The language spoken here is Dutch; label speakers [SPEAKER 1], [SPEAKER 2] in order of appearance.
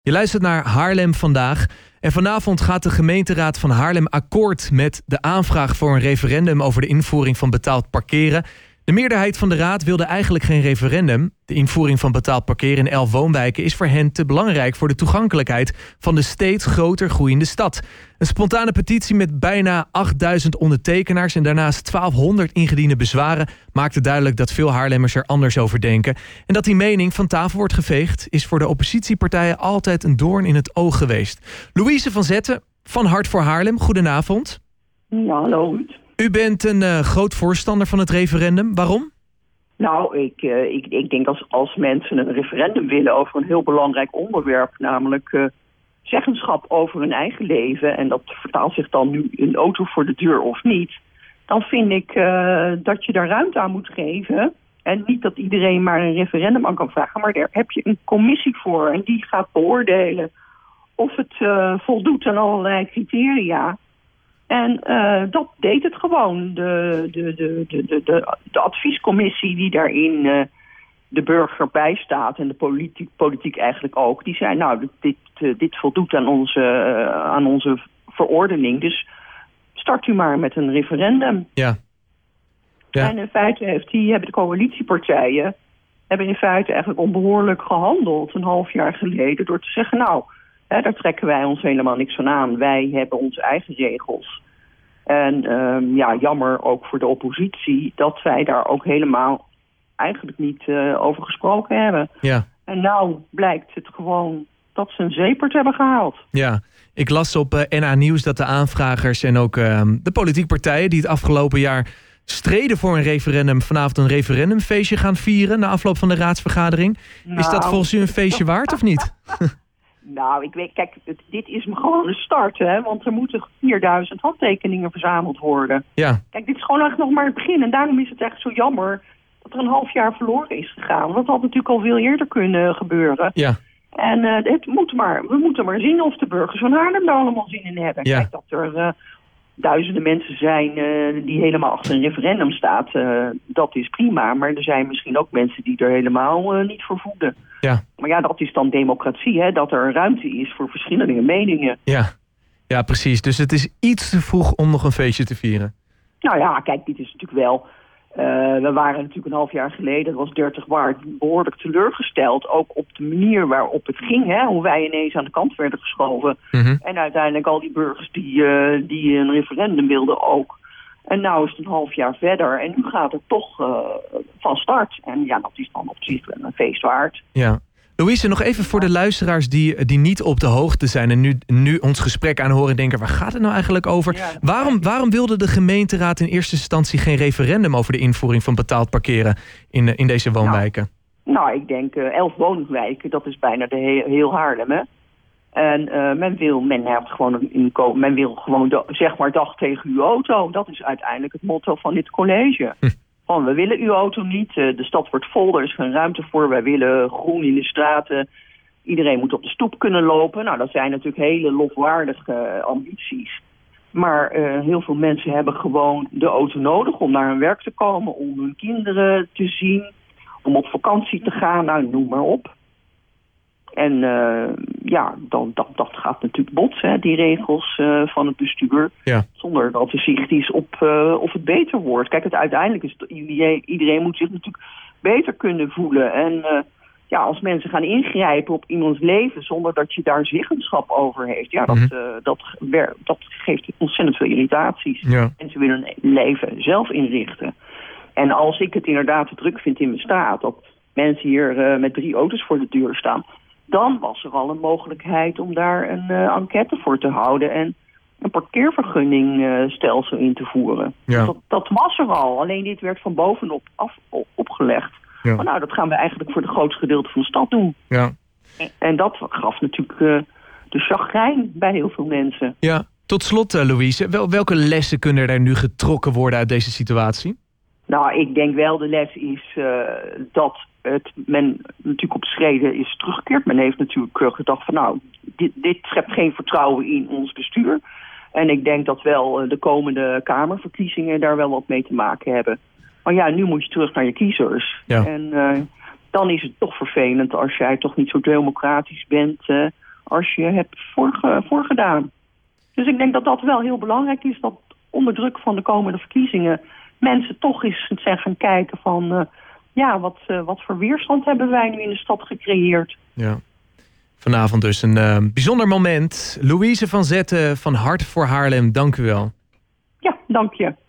[SPEAKER 1] Je luistert naar Haarlem vandaag. En vanavond gaat de gemeenteraad van Haarlem akkoord met de aanvraag voor een referendum over de invoering van betaald parkeren. De meerderheid van de raad wilde eigenlijk geen referendum. De invoering van betaald parkeren in 11 woonwijken is voor hen te belangrijk voor de toegankelijkheid van de steeds groter groeiende stad. Een spontane petitie met bijna 8000 ondertekenaars en daarnaast 1200 ingediende bezwaren maakte duidelijk dat veel Haarlemmers er anders over denken. En dat die mening van tafel wordt geveegd is voor de oppositiepartijen altijd een doorn in het oog geweest. Louise van Zetten van Hart voor Haarlem, goedenavond.
[SPEAKER 2] Ja, hallo.
[SPEAKER 1] U bent een groot voorstander van het referendum. Waarom?
[SPEAKER 2] Nou, ik denk als mensen een referendum willen over een heel belangrijk onderwerp, namelijk zeggenschap over hun eigen leven, en dat vertaalt zich dan nu een auto voor de deur of niet, dan vind ik dat je daar ruimte aan moet geven. En niet dat iedereen maar een referendum aan kan vragen, maar daar heb je een commissie voor en die gaat beoordelen of het voldoet aan allerlei criteria. En dat deed het gewoon. De adviescommissie die daarin de burger bijstaat en de politiek eigenlijk ook, die zei, nou, dit voldoet aan onze verordening. Dus start u maar met een referendum.
[SPEAKER 1] Ja.
[SPEAKER 2] En in feite hebben de coalitiepartijen in feite eigenlijk onbehoorlijk gehandeld een half jaar geleden door te zeggen, nou, daar trekken wij ons helemaal niks van aan. Wij hebben onze eigen regels. En jammer ook voor de oppositie dat wij daar ook helemaal eigenlijk niet over gesproken hebben.
[SPEAKER 1] Ja.
[SPEAKER 2] En nou blijkt het gewoon dat ze een zeepert hebben gehaald.
[SPEAKER 1] Ja, ik las op NA Nieuws dat de aanvragers en ook de politieke partijen die het afgelopen jaar streden voor een referendum vanavond een referendumfeestje gaan vieren na afloop van de raadsvergadering. Nou, is dat volgens u een feestje waard of niet?
[SPEAKER 2] Nou, ik weet, kijk, dit is gewoon een start, hè, want er moeten 4000 handtekeningen verzameld worden. Ja. Kijk, dit is gewoon echt nog maar het begin en daarom is het echt zo jammer dat er een half jaar verloren is gegaan. Want dat had natuurlijk al veel eerder kunnen gebeuren. Ja. En we moeten maar zien of de burgers van Haarlem daar allemaal zin in hebben. Ja. Kijk, dat er duizenden mensen zijn die helemaal achter een referendum staat, dat is prima. Maar er zijn misschien ook mensen die er helemaal niet voor voeden. Ja. Maar ja, dat is dan democratie, hè? Dat er ruimte is voor verschillende meningen.
[SPEAKER 1] Ja, precies. Dus het is iets te vroeg om nog een feestje te vieren.
[SPEAKER 2] Nou ja, kijk, dit is natuurlijk wel. We waren natuurlijk een half jaar geleden, dat was 30 maart, behoorlijk teleurgesteld. Ook op de manier waarop het ging, hè? Hoe wij ineens aan de kant werden geschoven. Mm-hmm. En uiteindelijk al die burgers die een referendum wilden ook. En nou is het een half jaar verder en nu gaat het toch van start. En ja, dat is dan op zich een feest waard.
[SPEAKER 1] Ja. Louise, nog even voor de luisteraars die niet op de hoogte zijn en nu ons gesprek aanhoren en denken, waar gaat het nou eigenlijk over? Ja, waarom wilde de gemeenteraad in eerste instantie geen referendum over de invoering van betaald parkeren in deze woonwijken?
[SPEAKER 2] Nou, ik denk 11 woonwijken, dat is bijna heel Haarlem, hè? En men wil gewoon zeg maar dag tegen uw auto. Dat is uiteindelijk het motto van dit college. Van, we willen uw auto niet. De stad wordt vol, er is geen ruimte voor. Wij willen groen in de straten. Iedereen moet op de stoep kunnen lopen. Nou, dat zijn natuurlijk hele lofwaardige ambities. Maar heel veel mensen hebben gewoon de auto nodig om naar hun werk te komen, om hun kinderen te zien, om op vakantie te gaan. Nou, noem maar op. En dat gaat natuurlijk botsen, hè, die regels van het bestuur. Ja. Zonder dat er zicht is op of het beter wordt. Kijk, uiteindelijk is iedereen moet zich natuurlijk beter kunnen voelen. En als mensen gaan ingrijpen op iemands leven zonder dat je daar zeggenschap over heeft. Ja, dat geeft ontzettend veel irritaties. Ja. En ze willen hun leven zelf inrichten. En als ik het inderdaad te druk vind in mijn straat, dat mensen hier met 3 auto's voor de deur staan, dan was er al een mogelijkheid om daar een enquête voor te houden en een parkeervergunningstelsel in te voeren. Ja. Dat was er al, alleen dit werd van bovenop opgelegd. Ja. Maar nou, dat gaan we eigenlijk voor het grootste gedeelte van de stad doen. Ja. En dat gaf natuurlijk de chagrijn bij heel veel mensen. Ja.
[SPEAKER 1] Tot slot, Louise, welke lessen kunnen er nu getrokken worden uit deze situatie?
[SPEAKER 2] Nou, ik denk wel de les is dat men natuurlijk op de schreden is teruggekeerd. Men heeft natuurlijk gedacht van nou, dit schept geen vertrouwen in ons bestuur. En ik denk dat wel de komende Kamerverkiezingen daar wel wat mee te maken hebben. Maar ja, nu moet je terug naar je kiezers. Ja. En dan is het toch vervelend als jij toch niet zo democratisch bent als je hebt voorgedaan. Dus ik denk dat dat wel heel belangrijk is, dat onder druk van de komende verkiezingen mensen toch eens zijn gaan kijken van wat voor weerstand hebben wij nu in de stad gecreëerd.
[SPEAKER 1] Ja. Vanavond dus een bijzonder moment. Louise van Zetten van Hart voor Haarlem, dank u wel.
[SPEAKER 2] Ja, dank je.